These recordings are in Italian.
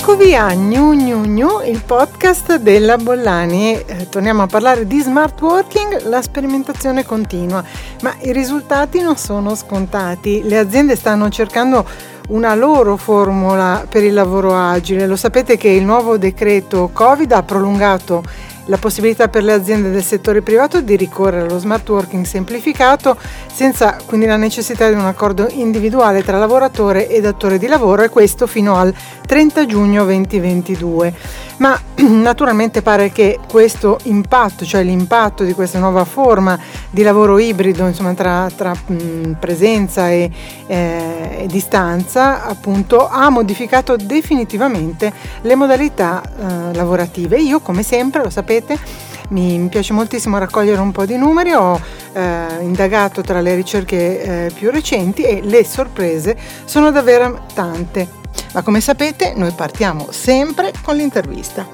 Eccovi a Gnu Gnu Gnu, il podcast della Bollani. Torniamo a parlare di smart working, la sperimentazione continua, ma i risultati non sono scontati. Le aziende stanno cercando una loro formula per il lavoro agile. Lo sapete che il nuovo decreto Covid ha prolungato la possibilità per le aziende del settore privato di ricorrere allo smart working semplificato, senza quindi la necessità di un accordo individuale tra lavoratore e datore di lavoro, e questo fino al 30 giugno 2022. Ma naturalmente pare che questo impatto, cioè l'impatto di questa nuova forma di lavoro ibrido, insomma tra presenza e distanza, appunto, ha modificato definitivamente le modalità lavorative. Io, come sempre, lo sapete, mi piace moltissimo raccogliere un po' di numeri. Ho indagato tra le ricerche più recenti e le sorprese sono davvero tante. Ma come sapete, noi partiamo sempre con l'intervista.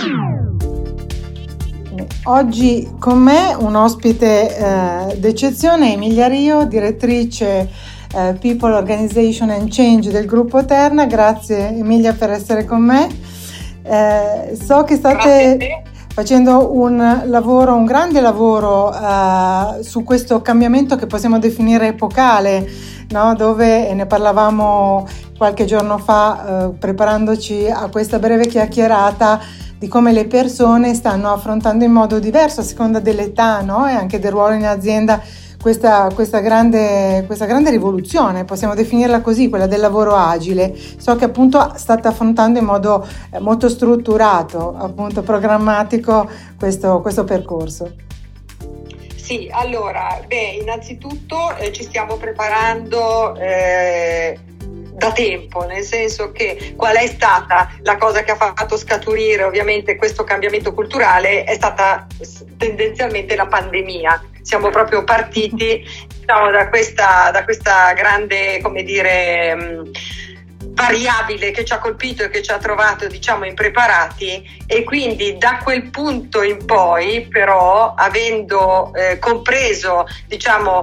Oggi con me un ospite d'eccezione, Emilia Rio, direttrice People, Organization and Change del gruppo Terna. Grazie Emilia per essere con me. So che state facendo un grande lavoro su questo cambiamento che possiamo definire epocale, no? Dove ne parlavamo qualche giorno fa preparandoci a questa breve chiacchierata di come le persone stanno affrontando in modo diverso a seconda dell'età, no? E anche del ruolo in azienda questa grande rivoluzione, possiamo definirla così, quella del lavoro agile. So che appunto state affrontando in modo molto strutturato, appunto programmatico, questo percorso. Sì, allora, innanzitutto ci stiamo preparando da tempo, nel senso che qual è stata la cosa che ha fatto scaturire ovviamente questo cambiamento culturale è stata tendenzialmente la pandemia. Siamo proprio partiti, diciamo, da questa grande, come dire, variabile che ci ha colpito e che ci ha trovato, diciamo, impreparati, e quindi da quel punto in poi, però, avendo compreso, diciamo,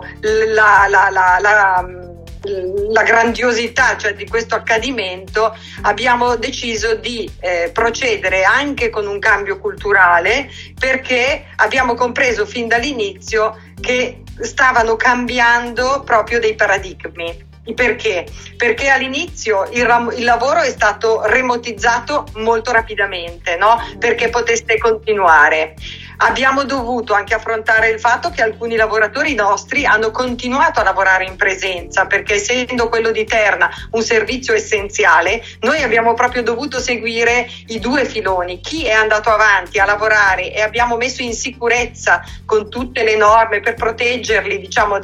la grandiosità, cioè, di questo accadimento, abbiamo deciso di procedere anche con un cambio culturale, perché abbiamo compreso fin dall'inizio che stavano cambiando proprio dei paradigmi. Perché? Perché all'inizio il lavoro è stato remotizzato molto rapidamente, no? Perché potesse continuare. Abbiamo dovuto anche affrontare il fatto che alcuni lavoratori nostri hanno continuato a lavorare in presenza, perché essendo quello di Terna un servizio essenziale, noi abbiamo proprio dovuto seguire i due filoni: chi è andato avanti a lavorare e abbiamo messo in sicurezza con tutte le norme per proteggerli, diciamo,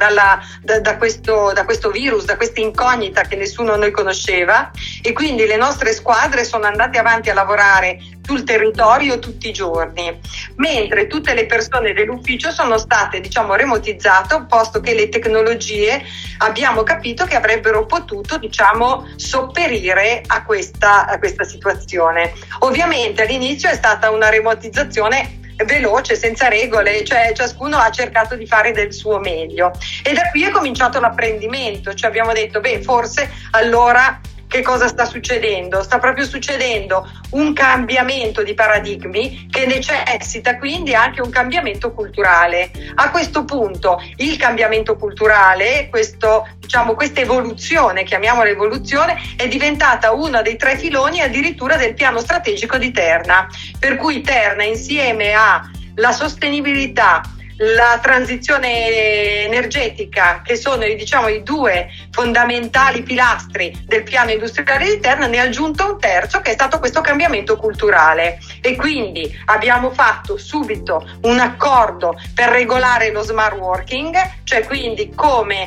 da questo virus, da questa incognita che nessuno noi conosceva, e quindi le nostre squadre sono andate avanti a lavorare sul territorio tutti i giorni, mentre tutte le persone dell'ufficio sono state, diciamo, remotizzate, posto che le tecnologie abbiamo capito che avrebbero potuto, diciamo, sopperire a questa situazione. Ovviamente all'inizio è stata una remotizzazione veloce, senza regole, cioè ciascuno ha cercato di fare del suo meglio, e da qui è cominciato l'apprendimento. Cioè abbiamo detto, forse allora che cosa sta succedendo? Sta proprio succedendo un cambiamento di paradigmi che necessita quindi anche un cambiamento culturale. A questo punto il cambiamento culturale, questa evoluzione, chiamiamola evoluzione, è diventata uno dei 3 filoni addirittura del piano strategico di Terna, per cui Terna, insieme alla sostenibilità, la transizione energetica, che sono, diciamo, i 2 fondamentali pilastri del piano industriale di Terna, ne ha aggiunto un terzo, che è stato questo cambiamento culturale. E quindi abbiamo fatto subito un accordo per regolare lo smart working, cioè quindi come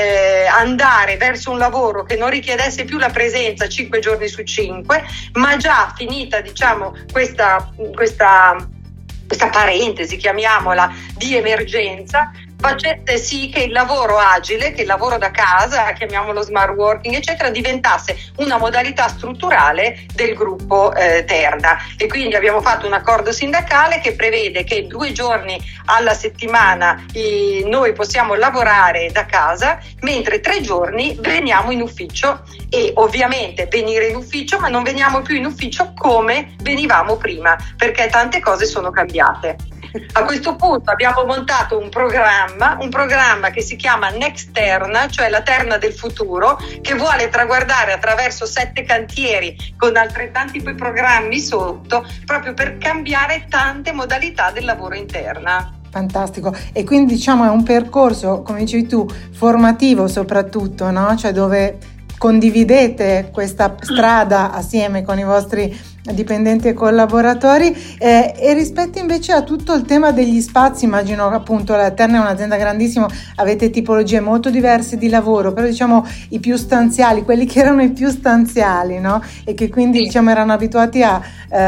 andare verso un lavoro che non richiedesse più la presenza 5 giorni su 5, ma già finita, diciamo, questa parentesi, chiamiamola, di emergenza, facesse sì che il lavoro agile, che il lavoro da casa, chiamiamolo smart working, eccetera, diventasse una modalità strutturale del gruppo Terna. E quindi abbiamo fatto un accordo sindacale che prevede che 2 giorni alla settimana noi possiamo lavorare da casa, mentre 3 giorni veniamo in ufficio, e ovviamente venire in ufficio, ma non veniamo più in ufficio come venivamo prima, perché tante cose sono cambiate. A questo punto abbiamo montato un programma che si chiama Next Terna, cioè la Terna del futuro, che vuole traguardare attraverso 7 cantieri con altrettanti poi programmi sotto, proprio per cambiare tante modalità del lavoro in Terna. Fantastico. E quindi diciamo è un percorso, come dicevi tu, formativo soprattutto, no? Cioè dove condividete questa strada assieme con i vostri dipendenti e collaboratori, e rispetto invece a tutto il tema degli spazi, immagino che appunto la Terna è un'azienda grandissima, avete tipologie molto diverse di lavoro, però diciamo i più stanziali, quelli che erano i più stanziali, no? E che quindi diciamo erano abituati a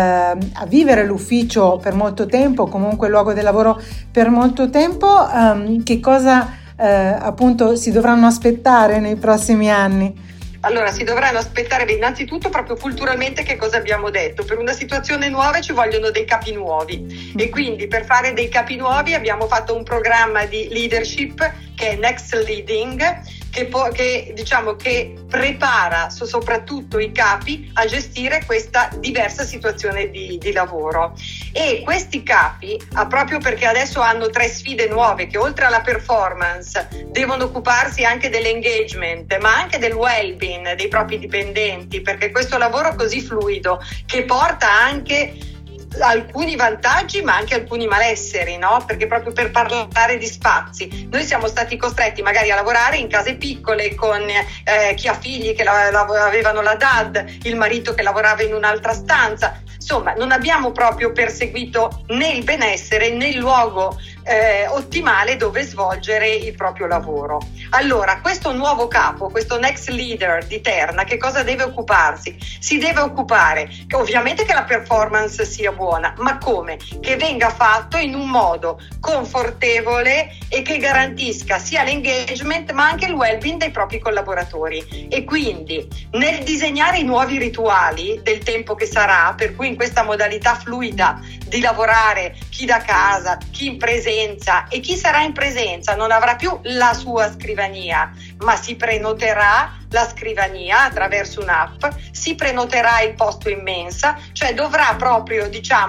vivere l'ufficio per molto tempo, comunque il luogo del lavoro per molto tempo, che cosa appunto si dovranno aspettare nei prossimi anni? Allora, si dovranno aspettare innanzitutto proprio culturalmente che cosa abbiamo detto. Per una situazione nuova ci vogliono dei capi nuovi, e quindi per fare dei capi nuovi abbiamo fatto un programma di leadership che è Next Leading, che diciamo che prepara soprattutto i capi a gestire questa diversa situazione di lavoro. E questi capi, proprio perché adesso hanno 3 sfide nuove, che oltre alla performance devono occuparsi anche dell'engagement, ma anche del well-being dei propri dipendenti, perché questo lavoro così fluido che porta anche alcuni vantaggi ma anche alcuni malesseri, no? Perché proprio per parlare di spazi, noi siamo stati costretti magari a lavorare in case piccole con chi ha figli che avevano la DAD, il marito che lavorava in un'altra stanza, insomma non abbiamo proprio perseguito né il benessere né il luogo ottimale dove svolgere il proprio lavoro. Allora, questo nuovo capo, questo next leader di Terna, che cosa deve occuparsi? Si deve occupare ovviamente che la performance sia buona, ma come? Che venga fatto in un modo confortevole e che garantisca sia l'engagement ma anche il well-being dei propri collaboratori. E quindi nel disegnare i nuovi rituali del tempo che sarà, per cui in questa modalità fluida di lavorare chi da casa, chi in presenza, e chi sarà in presenza non avrà più la sua scrivania, ma si prenoterà la scrivania attraverso un'app, si prenoterà il posto in mensa, cioè dovrà proprio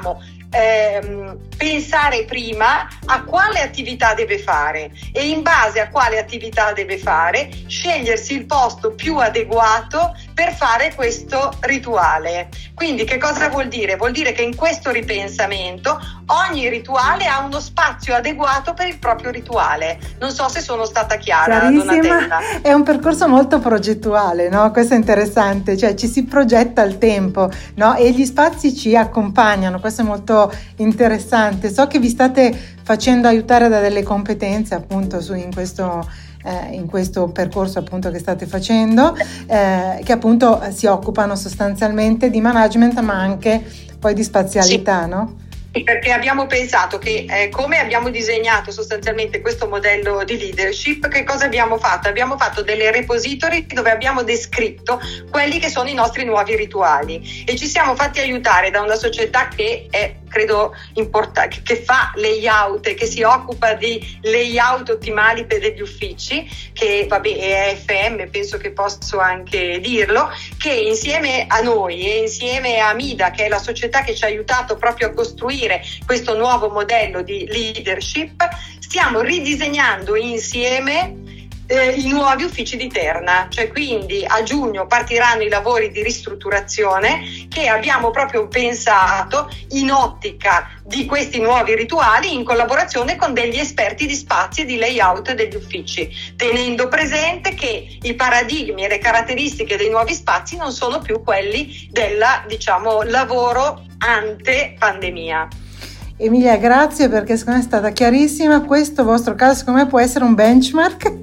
pensare prima a quale attività deve fare, e in base a quale attività deve fare scegliersi il posto più adeguato per fare questo rituale. Quindi che cosa vuol dire? Vuol dire che in questo ripensamento ogni rituale ha uno spazio adeguato per il proprio rituale. Non so se sono stata chiara, Donatella. È un percorso molto progettuale, no? Questo è interessante, cioè ci si progetta il tempo, no? E gli spazi ci accompagnano, questo è molto interessante. So che vi state facendo aiutare da delle competenze appunto in questo percorso appunto che state facendo, che appunto si occupano sostanzialmente di management ma anche poi di spazialità, sì. No? Perché abbiamo pensato che come abbiamo disegnato sostanzialmente questo modello di leadership, che cosa abbiamo fatto? Abbiamo fatto delle repository dove abbiamo descritto quelli che sono i nostri nuovi rituali, e ci siamo fatti aiutare da una società che è credo importante, che fa layout e che si occupa di layout ottimali per degli uffici, che è FM, penso che posso anche dirlo, che insieme a noi e insieme a Mida, che è la società che ci ha aiutato proprio a costruire questo nuovo modello di leadership, stiamo ridisegnando insieme i nuovi uffici di Terna, cioè quindi a giugno partiranno i lavori di ristrutturazione che abbiamo proprio pensato in ottica di questi nuovi rituali in collaborazione con degli esperti di spazi e di layout degli uffici, tenendo presente che i paradigmi e le caratteristiche dei nuovi spazi non sono più quelli del lavoro ante pandemia. Emilia, grazie, perché secondo me è stata chiarissima. Questo vostro caso secondo me può essere un benchmark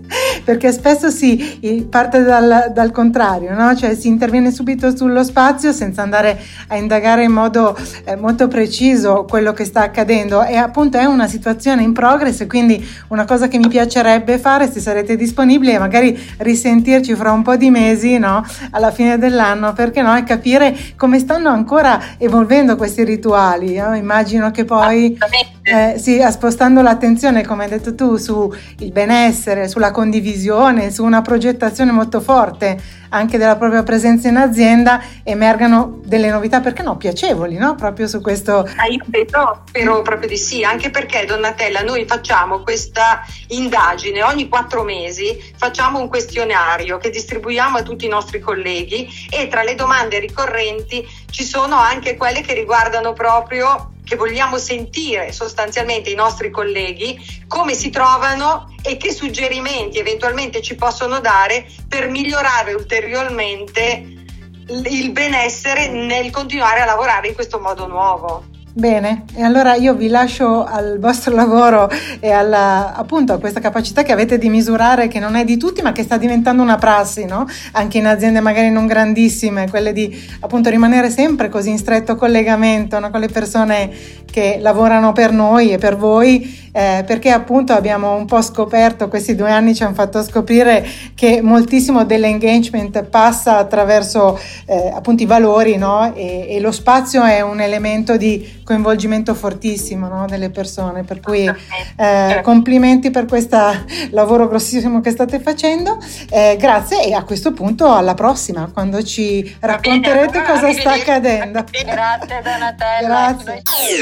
perché spesso si parte dal contrario, no? Cioè si interviene subito sullo spazio senza andare a indagare in modo molto preciso quello che sta accadendo, e appunto è una situazione in progress, quindi una cosa che mi piacerebbe fare, se sarete disponibili, è magari risentirci fra un po' di mesi, no? Alla fine dell'anno, perché no? E capire come stanno ancora evolvendo questi rituali, no? Immagino che poi spostando l'attenzione, come hai detto tu, sul benessere, sulla condivisione, su una progettazione molto forte anche della propria presenza in azienda, emergano delle novità, perché no, piacevoli, no? Proprio su questo. Io spero proprio di sì, anche perché, Donatella, noi facciamo questa indagine ogni 4 mesi, facciamo un questionario che distribuiamo a tutti i nostri colleghi, e tra le domande ricorrenti ci sono anche quelle che riguardano proprio, che vogliamo sentire sostanzialmente i nostri colleghi, come si trovano e che suggerimenti eventualmente ci possono dare per migliorare ulteriormente il benessere nel continuare a lavorare in questo modo nuovo. Bene, e allora io vi lascio al vostro lavoro e appunto a questa capacità che avete di misurare, che non è di tutti ma che sta diventando una prassi, no? Anche in aziende magari non grandissime, quelle di appunto rimanere sempre così in stretto collegamento, no? Con le persone che lavorano per noi e per voi, perché appunto abbiamo un po' scoperto, questi 2 anni ci hanno fatto scoprire che moltissimo dell'engagement passa attraverso appunto i valori, no? E lo spazio è un elemento di coinvolgimento fortissimo, no? Delle persone, per cui complimenti per questo lavoro grossissimo che state facendo, grazie, e a questo punto alla prossima, quando ci racconterete cosa sta accadendo. Grazie Donatella. Grazie.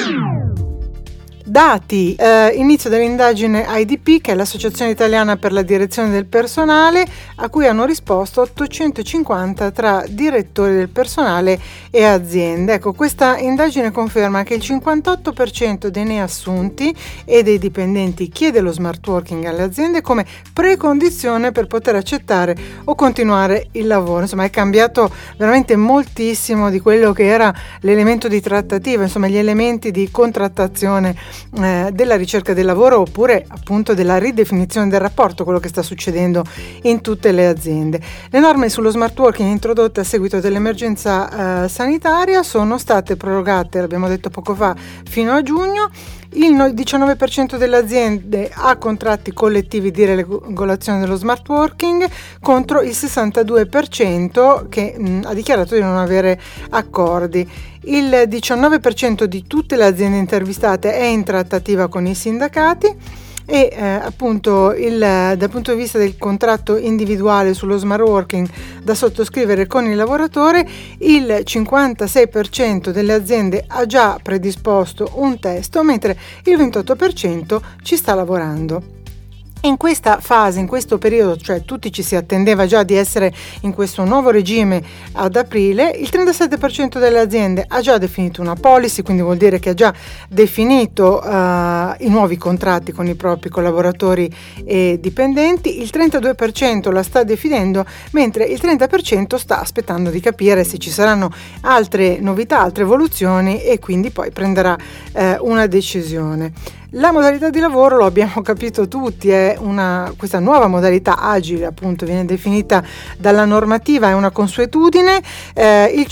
Dati, inizio dell'indagine IDP, che è l'Associazione Italiana per la Direzione del Personale, a cui hanno risposto 850 tra direttori del personale e aziende. Ecco, questa indagine conferma che il 58% dei neassunti e dei dipendenti chiede lo smart working alle aziende come precondizione per poter accettare o continuare il lavoro. Insomma, è cambiato veramente moltissimo di quello che era l'elemento di trattativa, insomma gli elementi di contrattazione della ricerca del lavoro, oppure appunto della ridefinizione del rapporto, quello che sta succedendo in tutte le aziende. Le norme sullo smart working introdotte a seguito dell'emergenza sanitaria sono state prorogate, l'abbiamo detto poco fa, fino a giugno. Il 19% delle aziende ha contratti collettivi di regolazione dello smart working, contro il 62% che ha dichiarato di non avere accordi. Il 19% di tutte le aziende intervistate è in trattativa con i sindacati, e appunto dal punto di vista del contratto individuale sullo smart working da sottoscrivere con il lavoratore, il 56% delle aziende ha già predisposto un testo, mentre il 28% ci sta lavorando. In questa fase, in questo periodo, cioè tutti ci si attendeva già di essere in questo nuovo regime ad aprile, il 37% delle aziende ha già definito una policy, quindi vuol dire che ha già definito i nuovi contratti con i propri collaboratori e dipendenti, il 32% la sta definendo, mentre il 30% sta aspettando di capire se ci saranno altre novità, altre evoluzioni, e quindi poi prenderà una decisione. La modalità di lavoro, lo abbiamo capito tutti, è questa nuova modalità agile, appunto, viene definita dalla normativa, è una consuetudine. Il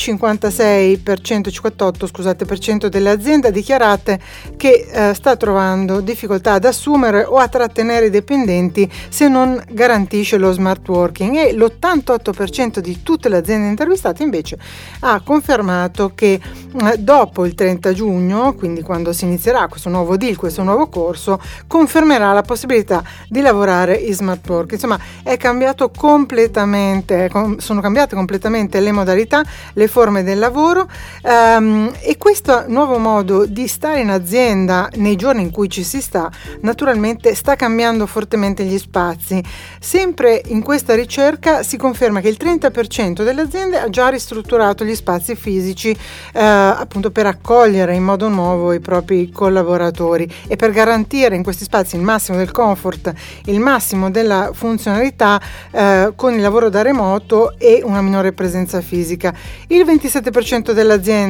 58% delle aziende ha dichiarato che sta trovando difficoltà ad assumere o a trattenere i dipendenti se non garantisce lo smart working, e l'88% di tutte le aziende intervistate invece ha confermato che dopo il 30 giugno, quindi quando si inizierà questo nuovo deal, questo nuovo corso, confermerà la possibilità di lavorare in smart work. Insomma, è cambiato completamente, sono cambiate completamente le modalità, le forme del lavoro, e questo nuovo modo di stare in azienda nei giorni in cui ci si sta, naturalmente sta cambiando fortemente gli spazi. Sempre in questa ricerca si conferma che il 30% delle aziende ha già ristrutturato gli spazi fisici, appunto per accogliere in modo nuovo i propri collaboratori e per garantire in questi spazi il massimo del comfort, il massimo della funzionalità, con il lavoro da remoto e una minore presenza fisica. Il 27% delle aziende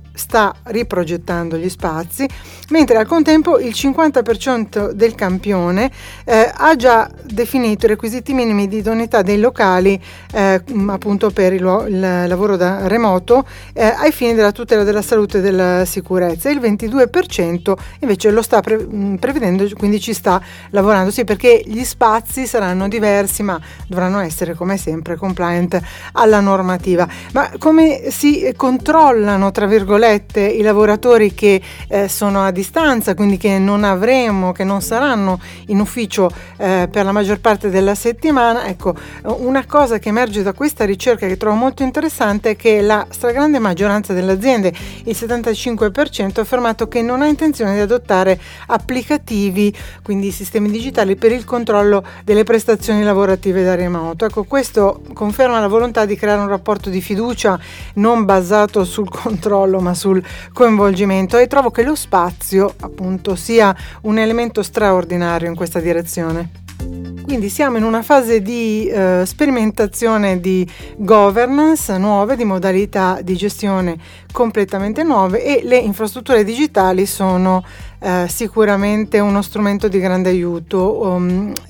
sta riprogettando gli spazi, mentre al contempo il 50% del campione ha già definito i requisiti minimi di idoneità dei locali appunto per il lavoro da remoto ai fini della tutela della salute e della sicurezza. Il 22% invece lo sta prevedendo, quindi ci sta lavorando, sì, perché gli spazi saranno diversi ma dovranno essere come sempre compliant alla normativa. Ma come si controllano, tra virgolette, i lavoratori che sono a distanza, quindi che non avremo, che non saranno in ufficio per la maggior parte della settimana? Ecco, una cosa che emerge da questa ricerca che trovo molto interessante è che la stragrande maggioranza delle aziende, il 75%, ha affermato che non ha intenzione di adottare applicativi, quindi sistemi digitali, per il controllo delle prestazioni lavorative da remoto. Ecco, questo conferma la volontà di creare un rapporto di fiducia non basato sul controllo ma sul coinvolgimento, e trovo che lo spazio appunto sia un elemento straordinario in questa direzione. Quindi siamo in una fase di sperimentazione di governance nuove, di modalità di gestione completamente nuove, e le infrastrutture digitali sono sicuramente uno strumento di grande aiuto.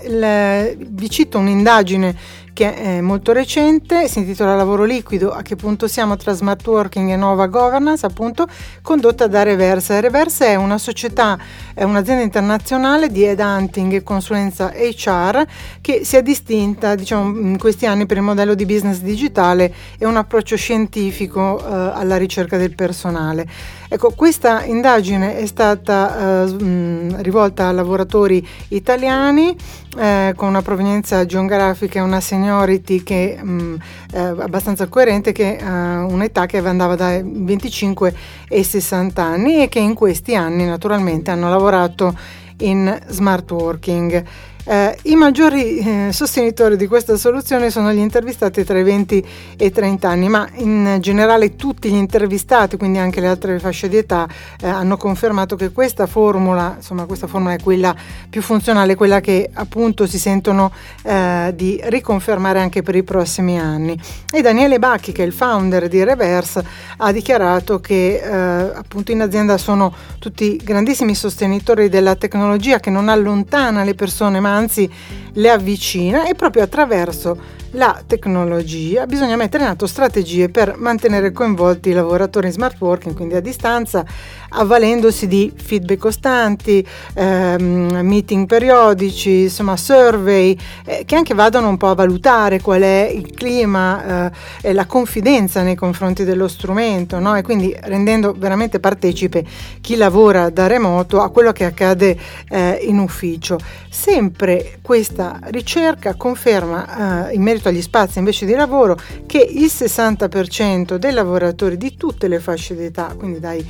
Vi cito un'indagine che è molto recente, si intitola Lavoro liquido, a che punto siamo tra smart working e nuova governance, appunto, condotta da Reverse. Reverse è una società, è un'azienda internazionale di headhunting e consulenza HR che si è distinta, diciamo, in questi anni per il modello di business digitale e un approccio scientifico alla ricerca del personale. Ecco, questa indagine è stata rivolta a lavoratori italiani con una provenienza geografica e una seniority che è abbastanza coerente, che un'età che andava dai 25 ai 60 anni e che in questi anni naturalmente hanno lavorato in smart working. I maggiori sostenitori di questa soluzione sono gli intervistati tra i 20 e i 30 anni, ma in generale tutti gli intervistati, quindi anche le altre fasce di età, hanno confermato che questa formula è quella più funzionale, quella che appunto si sentono di riconfermare anche per i prossimi anni. E Daniele Bacchi, che è il founder di Reverse, ha dichiarato che appunto in azienda sono tutti grandissimi sostenitori della tecnologia che non allontana le persone ma anzi le avvicina, e proprio attraverso la tecnologia bisogna mettere in atto strategie per mantenere coinvolti i lavoratori in smart working, quindi a distanza, avvalendosi di feedback costanti, meeting periodici, insomma survey che anche vadano un po' a valutare qual è il clima e la confidenza nei confronti dello strumento, no? E quindi rendendo veramente partecipe chi lavora da remoto a quello che accade in ufficio. Sempre questa ricerca conferma in merito agli spazi invece di lavoro che il 60% dei lavoratori di tutte le fasce d'età, quindi dai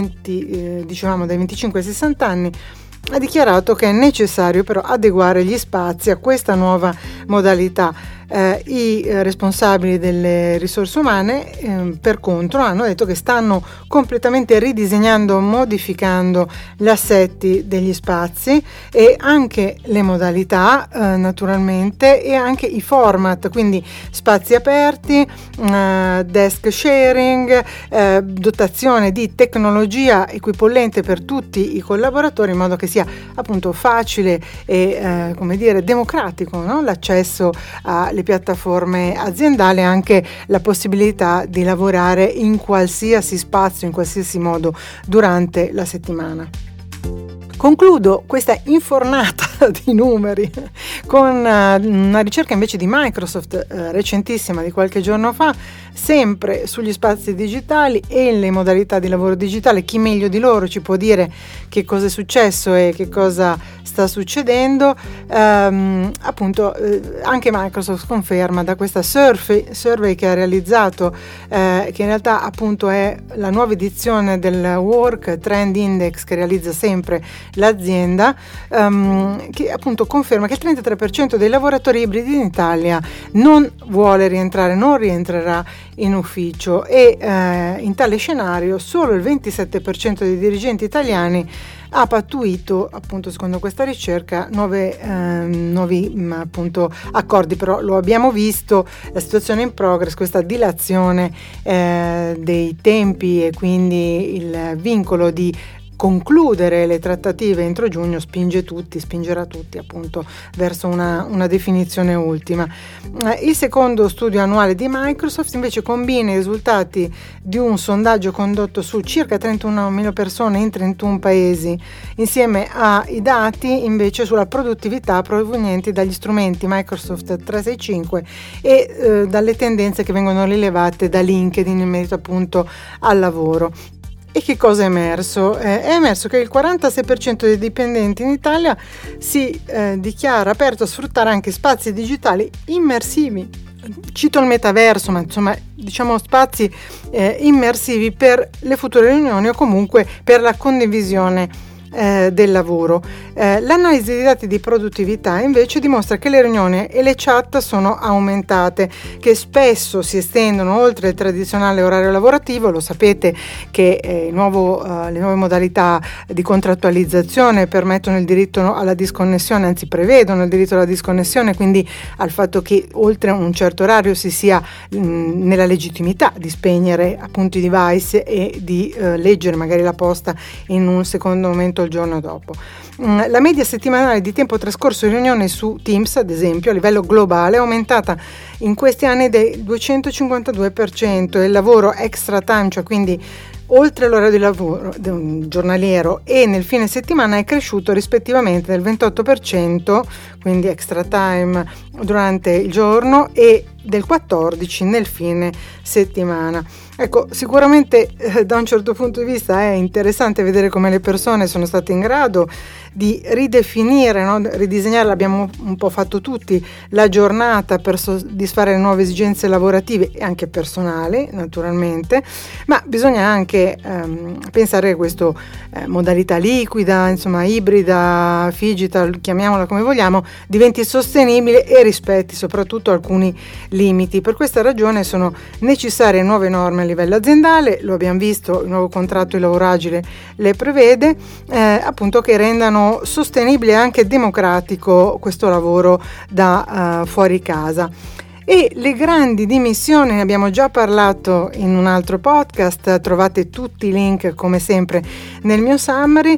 25 ai 60 anni, ha dichiarato che è necessario però adeguare gli spazi a questa nuova modalità. I responsabili delle risorse umane per contro hanno detto che stanno completamente ridisegnando, modificando gli assetti degli spazi e anche le modalità naturalmente, e anche i format, quindi spazi aperti, desk sharing, dotazione di tecnologia equipollente per tutti i collaboratori, in modo che sia appunto facile e democratico, no? L'accesso alle piattaforme aziendali, anche la possibilità di lavorare in qualsiasi spazio, in qualsiasi modo durante la settimana. Concludo questa infornata di numeri con una ricerca invece di Microsoft recentissima di qualche giorno fa, sempre sugli spazi digitali e le modalità di lavoro digitale. Chi meglio di loro ci può dire che cosa è successo e che cosa sta succedendo? Appunto anche Microsoft conferma da questa survey che ha realizzato, che in realtà appunto è la nuova edizione del Work Trend Index che realizza sempre l'azienda, che appunto conferma che il 33% dei lavoratori ibridi in Italia non rientrerà in ufficio, e in tale scenario solo il 27% dei dirigenti italiani ha pattuito, appunto secondo questa ricerca, nuovi appunto accordi, però lo abbiamo visto, la situazione in progress, questa dilazione dei tempi e quindi il vincolo di concludere le trattative entro giugno spingerà tutti appunto verso una definizione ultima. Il secondo studio annuale di Microsoft invece combina i risultati di un sondaggio condotto su circa 31.000 persone in 31 paesi insieme ai dati invece sulla produttività provenienti dagli strumenti Microsoft 365 e dalle tendenze che vengono rilevate da LinkedIn in merito appunto al lavoro. E che cosa è emerso? È emerso che il 46% dei dipendenti in Italia si dichiara aperto a sfruttare anche spazi digitali immersivi. Cito il metaverso, ma insomma diciamo spazi immersivi per le future riunioni o comunque per la condivisione del lavoro. L'analisi dei dati di produttività invece dimostra che le riunioni e le chat sono aumentate, che spesso si estendono oltre il tradizionale orario lavorativo. Lo sapete che le nuove modalità di contrattualizzazione permettono il diritto alla disconnessione, anzi prevedono il diritto alla disconnessione, quindi al fatto che oltre un certo orario si sia nella legittimità di spegnere appunto i device e di leggere magari la posta in un secondo momento il giorno dopo. La media settimanale di tempo trascorso in riunione su Teams, ad esempio, a livello globale è aumentata in questi anni del 252% e il lavoro extra time, cioè quindi oltre l'orario di lavoro giornaliero e nel fine settimana, è cresciuto rispettivamente del 28%, quindi extra time durante il giorno, e del 14% nel fine settimana. Ecco, sicuramente da un certo punto di vista è interessante vedere come le persone sono state in grado di ridefinire, ridisegnare, l'abbiamo un po' fatto tutti, la giornata per soddisfare le nuove esigenze lavorative e anche personali naturalmente, ma bisogna anche pensare che questa modalità liquida, insomma ibrida, digital, chiamiamola come vogliamo, diventi sostenibile e rispetti soprattutto alcuni limiti. Per questa ragione sono necessarie nuove norme a livello aziendale, lo abbiamo visto, il nuovo contratto di lavoro agile le prevede, appunto che rendano sostenibile e anche democratico questo lavoro da fuori casa. E le grandi dimissioni, ne abbiamo già parlato in un altro podcast, trovate tutti i link come sempre nel mio summary,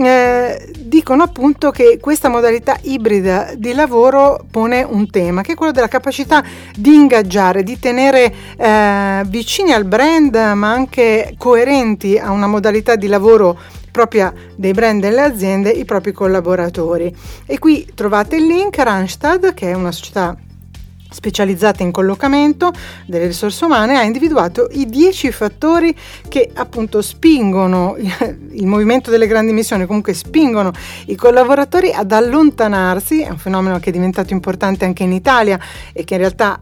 dicono appunto che questa modalità ibrida di lavoro pone un tema, che è quello della capacità di ingaggiare, di tenere vicini al brand ma anche coerenti a una modalità di lavoro propria dei brand delle aziende, i propri collaboratori. E qui trovate il link. Randstad, che è una società specializzata in collocamento delle risorse umane, ha individuato i 10 fattori che appunto spingono il movimento delle grandi missioni, comunque spingono i collaboratori ad allontanarsi. È un fenomeno che è diventato importante anche in Italia e che in realtà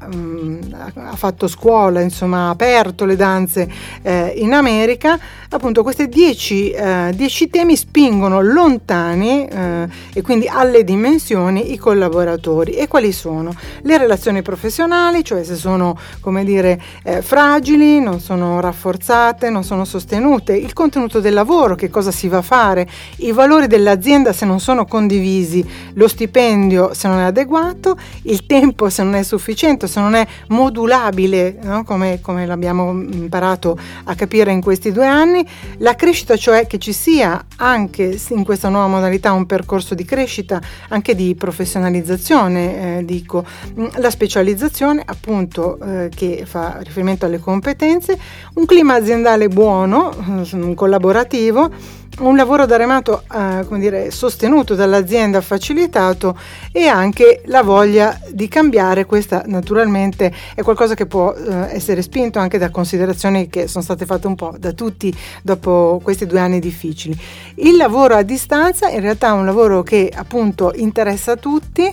ha fatto scuola, insomma ha aperto le danze in America. Appunto questi 10 temi spingono lontani e quindi alle dimensioni i collaboratori. E quali sono? Le relazioni professionali, cioè se sono, come dire, fragili, non sono rafforzate, non sono sostenute, il contenuto del lavoro, che cosa si va a fare, i valori dell'azienda se non sono condivisi, lo stipendio se non è adeguato, il tempo se non è sufficiente, se non è modulabile, no? come l'abbiamo imparato a capire in questi 2 anni, la crescita, cioè che ci sia anche in questa nuova modalità un percorso di crescita, anche di professionalizzazione, la specializzazione appunto che fa riferimento alle competenze, un clima aziendale buono, collaborativo, un lavoro da remoto sostenuto dall'azienda, facilitato, e anche la voglia di cambiare. Questa naturalmente è qualcosa che può essere spinto anche da considerazioni che sono state fatte un po' da tutti dopo questi 2 anni difficili. Il lavoro a distanza in realtà è un lavoro che appunto interessa a tutti,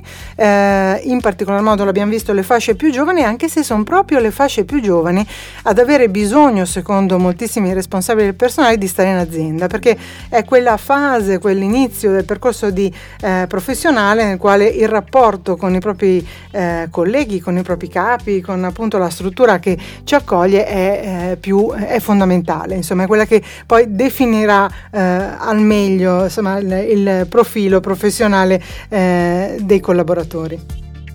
in particolar modo l'abbiamo visto le fasce più giovani, anche se sono proprio le fasce più giovani ad avere bisogno, secondo moltissimi responsabili del personale, di stare in azienda, perché è quella fase, quell'inizio del percorso professionale nel quale il rapporto con i propri colleghi, con i propri capi, con appunto la struttura che ci accoglie è fondamentale, insomma è quella che poi definirà al meglio, insomma, il profilo professionale dei collaboratori.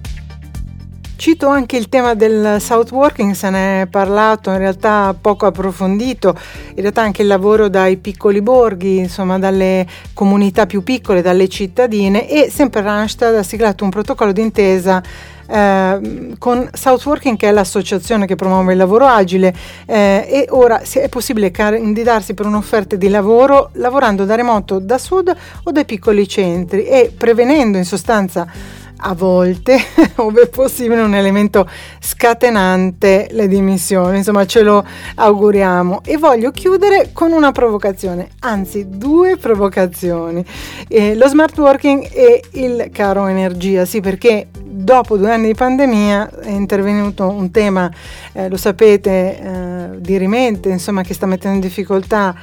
Cito anche il tema del South Working, se ne è parlato, in realtà poco approfondito, in realtà anche il lavoro dai piccoli borghi, insomma dalle comunità più piccole, dalle cittadine, e sempre Randstad ha siglato un protocollo d'intesa con South Working, che è l'associazione che promuove il lavoro agile, e ora è possibile candidarsi per un'offerta di lavoro lavorando da remoto, da sud o dai piccoli centri, e prevenendo in sostanza a volte, ove è possibile, un elemento scatenante, le dimissioni. Insomma, ce lo auguriamo. E voglio chiudere con una provocazione, anzi 2 provocazioni: lo smart working e il caro energia. Sì, perché dopo 2 anni di pandemia è intervenuto un tema, lo sapete, dirimente, insomma, che sta mettendo in difficoltà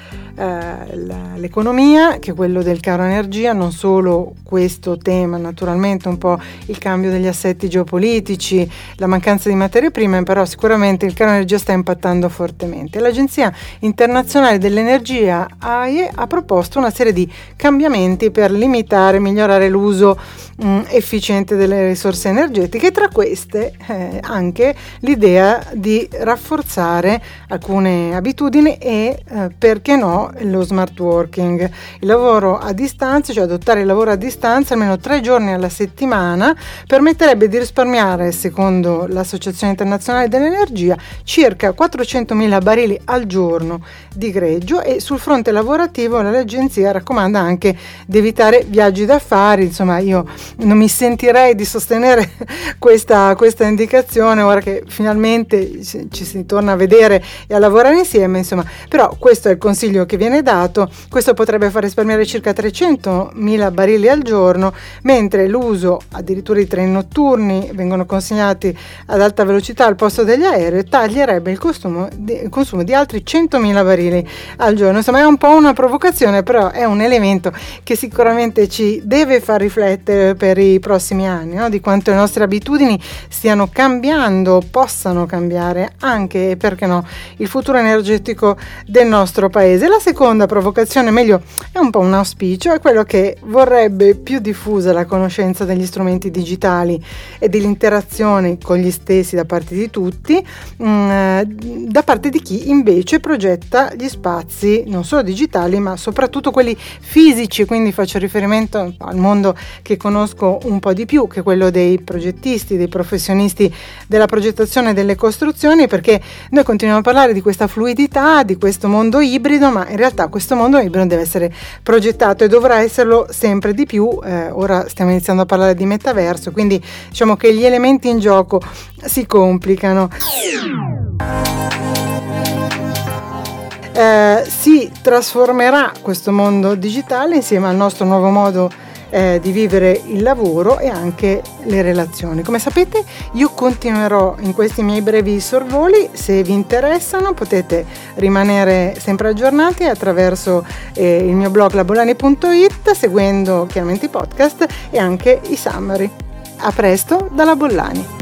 l'economia, che è quello del caro energia. Non solo questo tema, naturalmente un po' il cambio degli assetti geopolitici, la mancanza di materie prime, però sicuramente il caro energia sta impattando fortemente. L'Agenzia Internazionale dell'Energia, AIE, ha proposto una serie di cambiamenti per limitare e migliorare l'uso efficiente delle risorse energetiche, tra queste anche l'idea di rafforzare alcune abitudini e perché no lo smart working, il lavoro a distanza, cioè adottare il lavoro a distanza almeno 3 giorni alla settimana permetterebbe di risparmiare, secondo l'Associazione Internazionale dell'Energia, circa 400.000 barili al giorno di greggio. E sul fronte lavorativo l'agenzia raccomanda anche di evitare viaggi d'affari. Insomma, io non mi sentirei di sostenere questa indicazione ora che finalmente ci si torna a vedere e a lavorare insieme, insomma, però questo è il consiglio che viene dato. Questo potrebbe far risparmiare circa 300.000 barili al giorno, mentre l'uso addirittura di treni notturni vengono consigliati ad alta velocità al posto degli aerei taglierebbe il consumo di altri 100.000 barili al giorno. Insomma, è un po' una provocazione, però è un elemento che sicuramente ci deve far riflettere per i prossimi anni, no? Di quanto le nostre abitudini stiano cambiando, possano cambiare anche, perché no, il futuro energetico del nostro paese. La seconda provocazione, meglio è un po' un auspicio, è quello che vorrebbe più diffusa la conoscenza degli strumenti digitali e dell'interazione con gli stessi da parte di tutti, da parte di chi invece progetta gli spazi non solo digitali ma soprattutto quelli fisici. Quindi faccio riferimento al mondo che conosco un po' di più, che è quello dei progettisti, dei professionisti della progettazione e delle costruzioni, perché noi continuiamo a parlare di questa fluidità, di questo mondo ibrido, ma in realtà questo mondo ibrido deve essere progettato e dovrà esserlo sempre di più. Ora stiamo iniziando a parlare di metaverso, quindi diciamo che gli elementi in gioco si complicano. Si trasformerà questo mondo digitale insieme al nostro nuovo modo di vivere il lavoro e anche le relazioni. Come sapete, io continuerò in questi miei brevi sorvoli. Se vi interessano potete rimanere sempre aggiornati attraverso il mio blog labollani.it, seguendo chiaramente i podcast e anche i summary. A presto dalla Bollani.